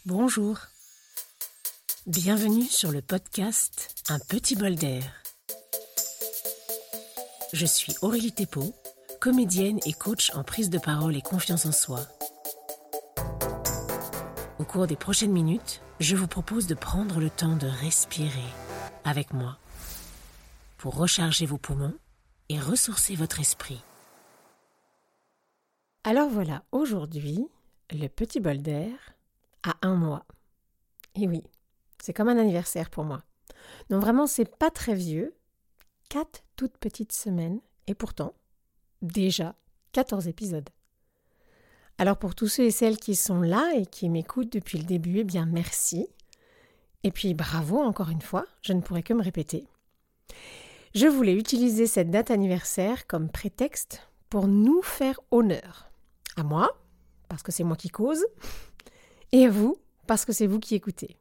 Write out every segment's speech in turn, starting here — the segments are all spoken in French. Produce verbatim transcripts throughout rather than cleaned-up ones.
Bonjour, bienvenue sur le podcast Un petit bol d'air. Je suis Aurélie Thépeau, comédienne et coach en prise de parole et confiance en soi. Au cours des prochaines minutes, je vous propose de prendre le temps de respirer avec moi pour recharger vos poumons et ressourcer votre esprit. Alors voilà, aujourd'hui, le petit bol d'air a un mois. Et oui, c'est comme un anniversaire pour moi. Donc vraiment, c'est pas très vieux, quatre toutes petites semaines, et pourtant, déjà quatorze épisodes. Alors pour tous ceux et celles qui sont là et qui m'écoutent depuis le début, eh bien merci. Et puis bravo encore une fois, je ne pourrais que me répéter. Je voulais utiliser cette date anniversaire comme prétexte pour nous faire honneur. À moi, parce que c'est moi qui cause, et à vous, parce que c'est vous qui écoutez.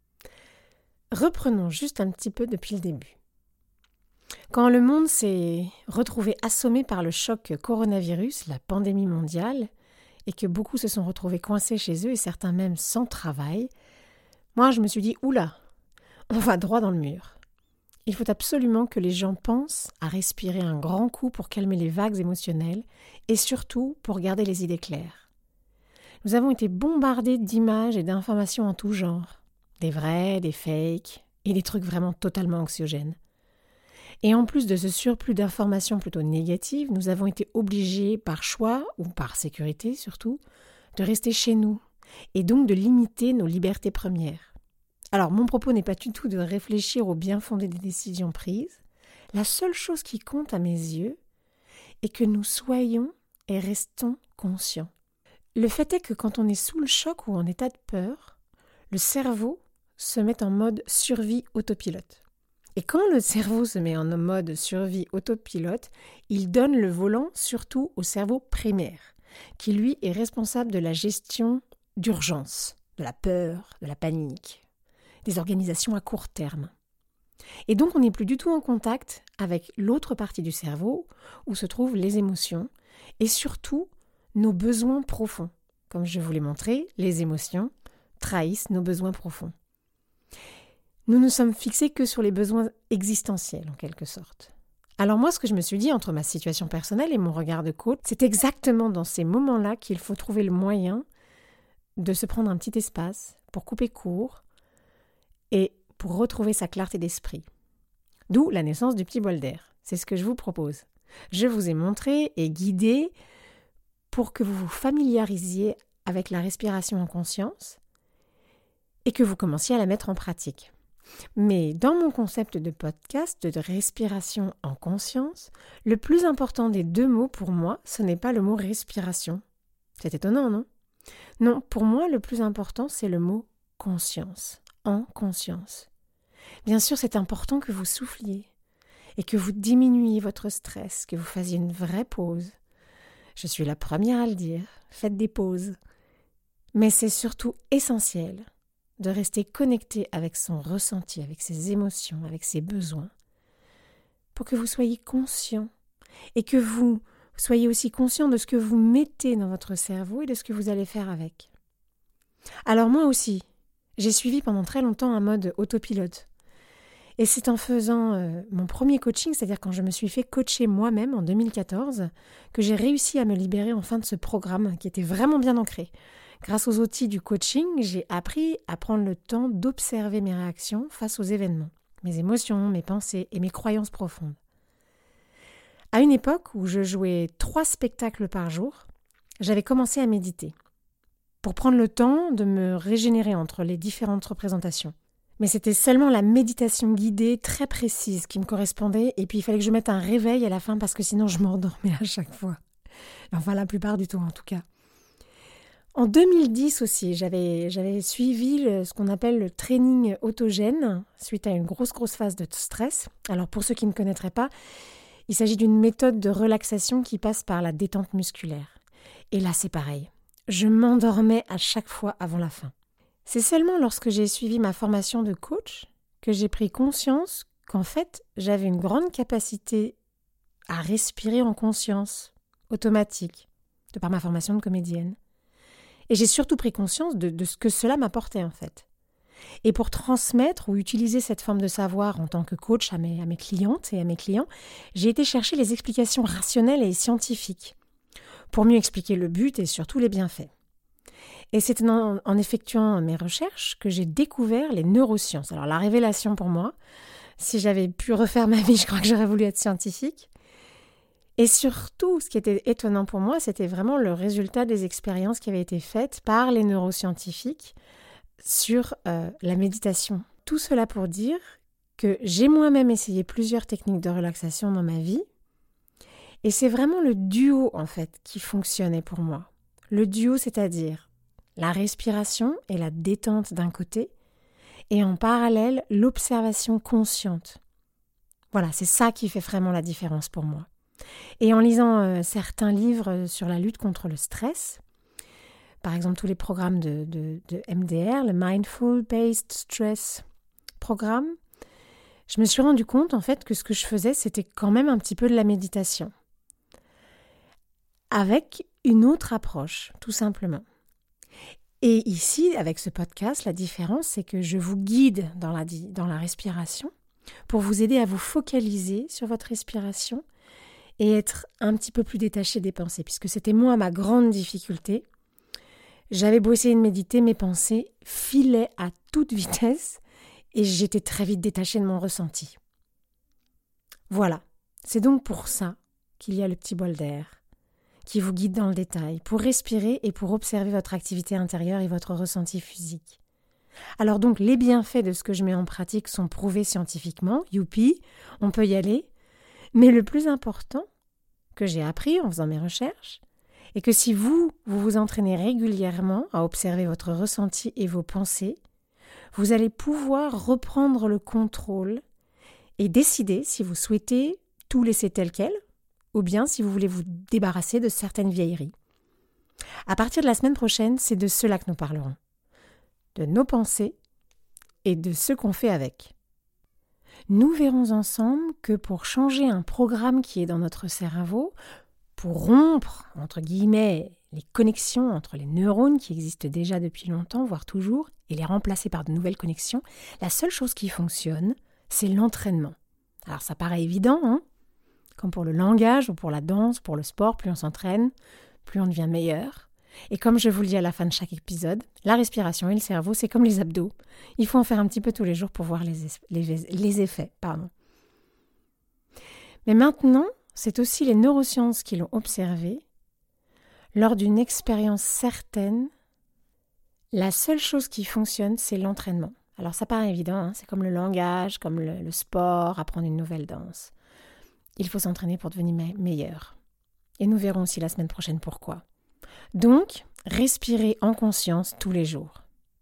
Reprenons juste un petit peu depuis le début. Quand le monde s'est retrouvé assommé par le choc coronavirus, la pandémie mondiale, et que beaucoup se sont retrouvés coincés chez eux et certains même sans travail, moi je me suis dit, oula, on va droit dans le mur. Il faut absolument que les gens pensent à respirer un grand coup pour calmer les vagues émotionnelles et surtout pour garder les idées claires. Nous avons été bombardés d'images et d'informations en tout genre, des vrais, des fakes et des trucs vraiment totalement anxiogènes. Et en plus de ce surplus d'informations plutôt négatives, nous avons été obligés par choix, ou par sécurité surtout, de rester chez nous et donc de limiter nos libertés premières. Alors, mon propos n'est pas du tout de réfléchir au bien fondé des décisions prises. La seule chose qui compte à mes yeux est que nous soyons et restons conscients. Le fait est que quand on est sous le choc ou en état de peur, le cerveau se met en mode survie autopilote. Et quand le cerveau se met en mode survie autopilote, il donne le volant surtout au cerveau primaire, qui lui est responsable de la gestion d'urgence, de la peur, de la panique, des organisations à court terme. Et donc on n'est plus du tout en contact avec l'autre partie du cerveau où se trouvent les émotions et surtout nos besoins profonds. Comme je vous l'ai montré, les émotions trahissent nos besoins profonds. Nous ne sommes fixés que sur les besoins existentiels en quelque sorte. Alors moi ce que je me suis dit entre ma situation personnelle et mon regard de coach, c'est exactement dans ces moments-là qu'il faut trouver le moyen de se prendre un petit espace pour couper court et pour retrouver sa clarté d'esprit. D'où la naissance du petit bol d'air. C'est ce que je vous propose. Je vous ai montré et guidé pour que vous vous familiarisiez avec la respiration en conscience et que vous commenciez à la mettre en pratique. Mais dans mon concept de podcast de respiration en conscience, le plus important des deux mots pour moi, ce n'est pas le mot respiration. C'est étonnant, non ? Non, pour moi, le plus important, c'est le mot conscience. En conscience. Bien sûr, c'est important que vous souffliez et que vous diminuiez votre stress, que vous fassiez une vraie pause. Je suis la première à le dire, faites des pauses. Mais c'est surtout essentiel de rester connecté avec son ressenti, avec ses émotions, avec ses besoins, pour que vous soyez conscient et que vous soyez aussi conscient de ce que vous mettez dans votre cerveau et de ce que vous allez faire avec. Alors moi aussi, j'ai suivi pendant très longtemps un mode autopilote. Et c'est en faisant euh, mon premier coaching, c'est-à-dire quand je me suis fait coacher moi-même en deux mille quatorze, que j'ai réussi à me libérer enfin de ce programme qui était vraiment bien ancré. Grâce aux outils du coaching, j'ai appris à prendre le temps d'observer mes réactions face aux événements, mes émotions, mes pensées et mes croyances profondes. À une époque où je jouais trois spectacles par jour, j'avais commencé à méditer, pour prendre le temps de me régénérer entre les différentes représentations. Mais c'était seulement la méditation guidée très précise qui me correspondait et puis il fallait que je mette un réveil à la fin parce que sinon je m'endormais à chaque fois. Enfin la plupart du temps en tout cas. En deux mille dix aussi, j'avais, j'avais suivi le, ce qu'on appelle le training autogène suite à une grosse grosse phase de stress. Alors pour ceux qui ne connaîtraient pas, il s'agit d'une méthode de relaxation qui passe par la détente musculaire. Et là c'est pareil. Je m'endormais à chaque fois avant la fin. C'est seulement lorsque j'ai suivi ma formation de coach que j'ai pris conscience qu'en fait, j'avais une grande capacité à respirer en conscience, automatique, de par ma formation de comédienne. Et j'ai surtout pris conscience de, de ce que cela m'apportait en fait. Et pour transmettre ou utiliser cette forme de savoir en tant que coach à mes, à mes clientes et à mes clients, j'ai été chercher les explications rationnelles et scientifiques pour mieux expliquer le but et surtout les bienfaits. Et c'est en, en effectuant mes recherches que j'ai découvert les neurosciences. Alors la révélation pour moi, si j'avais pu refaire ma vie, je crois que j'aurais voulu être scientifique. Et surtout, ce qui était étonnant pour moi, c'était vraiment le résultat des expériences qui avaient été faites par les neuroscientifiques sur euh, la méditation. Tout cela pour dire que j'ai moi-même essayé plusieurs techniques de relaxation dans ma vie. Et c'est vraiment le duo, en fait, qui fonctionnait pour moi. Le duo, c'est-à-dire la respiration et la détente d'un côté, et en parallèle, l'observation consciente. Voilà, c'est ça qui fait vraiment la différence pour moi. Et en lisant euh, certains livres sur la lutte contre le stress, par exemple tous les programmes de, de, de M D R, le Mindful Based Stress Programme, je me suis rendu compte en fait que ce que je faisais, c'était quand même un petit peu de la méditation. Avec une autre approche, tout simplement. Et ici, avec ce podcast, la différence, c'est que je vous guide dans la, dans la respiration pour vous aider à vous focaliser sur votre respiration et être un petit peu plus détaché des pensées, puisque c'était moi ma grande difficulté. J'avais beau essayer de méditer, mes pensées filaient à toute vitesse et j'étais très vite détachée de mon ressenti. Voilà, c'est donc pour ça qu'il y a le petit bol d'air qui vous guide dans le détail, pour respirer et pour observer votre activité intérieure et votre ressenti physique. Alors donc, les bienfaits de ce que je mets en pratique sont prouvés scientifiquement, youpi, on peut y aller. Mais le plus important que j'ai appris en faisant mes recherches, est que si vous, vous vous entraînez régulièrement à observer votre ressenti et vos pensées, vous allez pouvoir reprendre le contrôle et décider si vous souhaitez tout laisser tel quel, ou bien si vous voulez vous débarrasser de certaines vieilleries. À partir de la semaine prochaine, c'est de cela que nous parlerons. De nos pensées et de ce qu'on fait avec. Nous verrons ensemble que pour changer un programme qui est dans notre cerveau, pour rompre, entre guillemets, les connexions entre les neurones qui existent déjà depuis longtemps, voire toujours, et les remplacer par de nouvelles connexions, la seule chose qui fonctionne, c'est l'entraînement. Alors ça paraît évident, hein ? Comme pour le langage ou pour la danse, pour le sport, plus on s'entraîne, plus on devient meilleur. Et comme je vous le dis à la fin de chaque épisode, la respiration et le cerveau, c'est comme les abdos. Il faut en faire un petit peu tous les jours pour voir les, es- les, les effets. Pardon. Mais maintenant, c'est aussi les neurosciences qui l'ont observé. Lors d'une expérience certaine, la seule chose qui fonctionne, c'est l'entraînement. Alors ça paraît évident, hein, c'est comme le langage, comme le, le sport, apprendre une nouvelle danse. Il faut s'entraîner pour devenir me- meilleur. Et nous verrons aussi la semaine prochaine pourquoi. Donc, respirez en conscience tous les jours.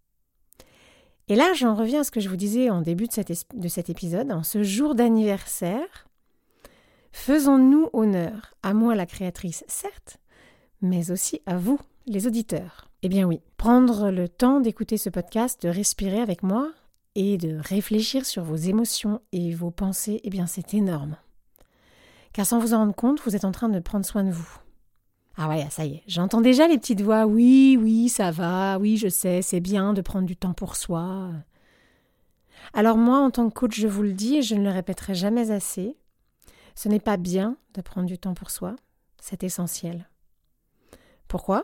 Et là, j'en reviens à ce que je vous disais en début de cet, es- de cet épisode. En ce jour d'anniversaire, faisons-nous honneur, à moi la créatrice, certes, mais aussi à vous, les auditeurs. Eh bien oui, prendre le temps d'écouter ce podcast, de respirer avec moi et de réfléchir sur vos émotions et vos pensées, eh bien c'est énorme. Car sans vous en rendre compte, vous êtes en train de prendre soin de vous. Ah ouais, ça y est, j'entends déjà les petites voix. Oui, oui, ça va, oui, je sais, c'est bien de prendre du temps pour soi. Alors moi, en tant que coach, je vous le dis et je ne le répéterai jamais assez, ce n'est pas bien de prendre du temps pour soi, c'est essentiel. Pourquoi ?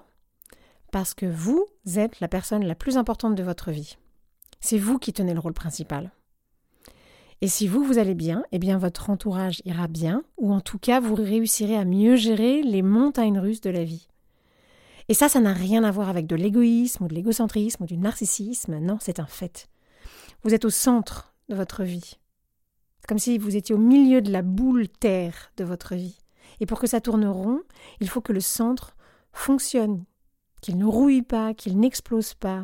Parce que vous êtes la personne la plus importante de votre vie. C'est vous qui tenez le rôle principal. Et si vous, vous allez bien, eh bien votre entourage ira bien, ou en tout cas, vous réussirez à mieux gérer les montagnes russes de la vie. Et ça, ça n'a rien à voir avec de l'égoïsme, ou de l'égocentrisme, ou du narcissisme. Non, c'est un fait. Vous êtes au centre de votre vie. Comme si vous étiez au milieu de la boule terre de votre vie. Et pour que ça tourne rond, il faut que le centre fonctionne, qu'il ne rouille pas, qu'il n'explose pas.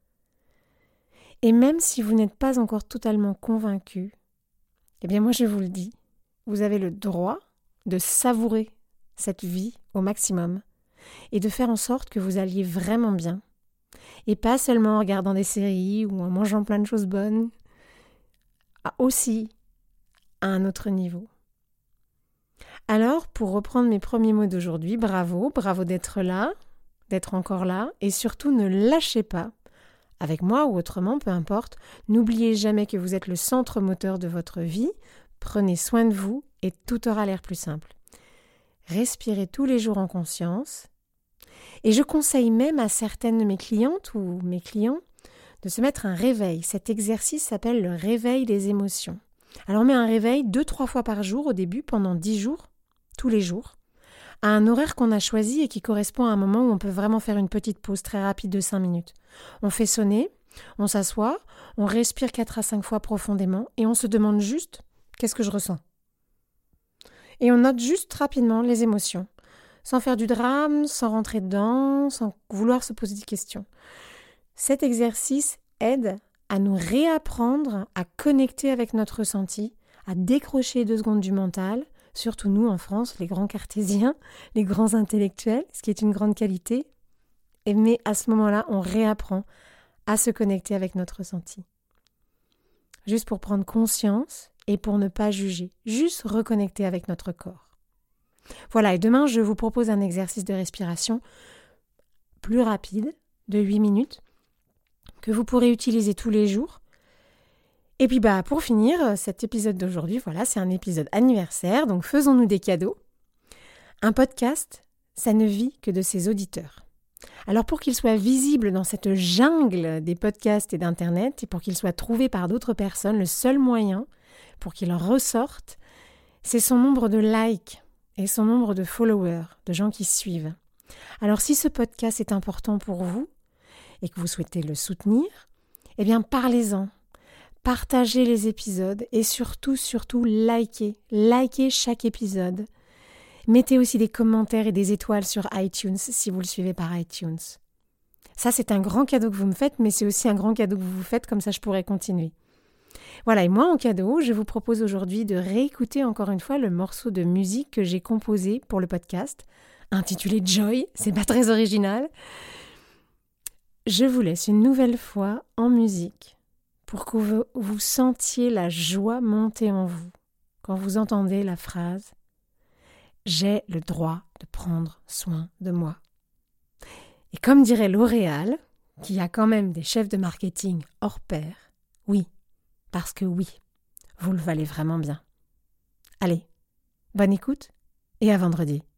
Et même si vous n'êtes pas encore totalement convaincu, eh bien moi je vous le dis, vous avez le droit de savourer cette vie au maximum et de faire en sorte que vous alliez vraiment bien. Et pas seulement en regardant des séries ou en mangeant plein de choses bonnes, aussi à un autre niveau. Alors, pour reprendre mes premiers mots d'aujourd'hui, bravo, bravo d'être là, d'être encore là et surtout ne lâchez pas. Avec moi ou autrement, peu importe, n'oubliez jamais que vous êtes le centre moteur de votre vie. Prenez soin de vous et tout aura l'air plus simple. Respirez tous les jours en conscience. Et je conseille même à certaines de mes clientes ou mes clients de se mettre un réveil. Cet exercice s'appelle le réveil des émotions. Alors on met un réveil deux, trois fois par jour au début, pendant dix jours, tous les jours, à un horaire qu'on a choisi et qui correspond à un moment où on peut vraiment faire une petite pause très rapide de cinq minutes. On fait sonner, on s'assoit, on respire quatre à cinq fois profondément et on se demande juste « qu'est-ce que je ressens ?» Et on note juste rapidement les émotions, sans faire du drame, sans rentrer dedans, sans vouloir se poser des questions. Cet exercice aide à nous réapprendre à connecter avec notre ressenti, à décrocher deux secondes du mental, surtout nous en France, les grands cartésiens, les grands intellectuels, ce qui est une grande qualité. Et mais à ce moment-là, on réapprend à se connecter avec notre ressenti. Juste pour prendre conscience et pour ne pas juger, juste reconnecter avec notre corps. Voilà, et demain, je vous propose un exercice de respiration plus rapide, de huit minutes, que vous pourrez utiliser tous les jours. Et puis bah pour finir, cet épisode d'aujourd'hui, voilà, c'est un épisode anniversaire, donc faisons-nous des cadeaux. Un podcast, ça ne vit que de ses auditeurs. Alors pour qu'il soit visible dans cette jungle des podcasts et d'Internet, et pour qu'il soit trouvé par d'autres personnes, le seul moyen pour qu'il ressorte, c'est son nombre de likes et son nombre de followers, de gens qui suivent. Alors si ce podcast est important pour vous, et que vous souhaitez le soutenir, eh bien parlez-en, partagez les épisodes et surtout, surtout, likez, likez chaque épisode. Mettez aussi des commentaires et des étoiles sur iTunes si vous le suivez par iTunes. Ça, c'est un grand cadeau que vous me faites, mais c'est aussi un grand cadeau que vous vous faites, comme ça je pourrai continuer. Voilà, et moi en cadeau, je vous propose aujourd'hui de réécouter encore une fois le morceau de musique que j'ai composé pour le podcast, intitulé Joy, c'est pas très original. Je vous laisse une nouvelle fois en musique pour que vous, vous sentiez la joie monter en vous quand vous entendez la phrase « J'ai le droit de prendre soin de moi ». Et comme dirait L'Oréal, qui a quand même des chefs de marketing hors pair, oui, parce que oui, vous le valez vraiment bien. Allez, bonne écoute et à vendredi.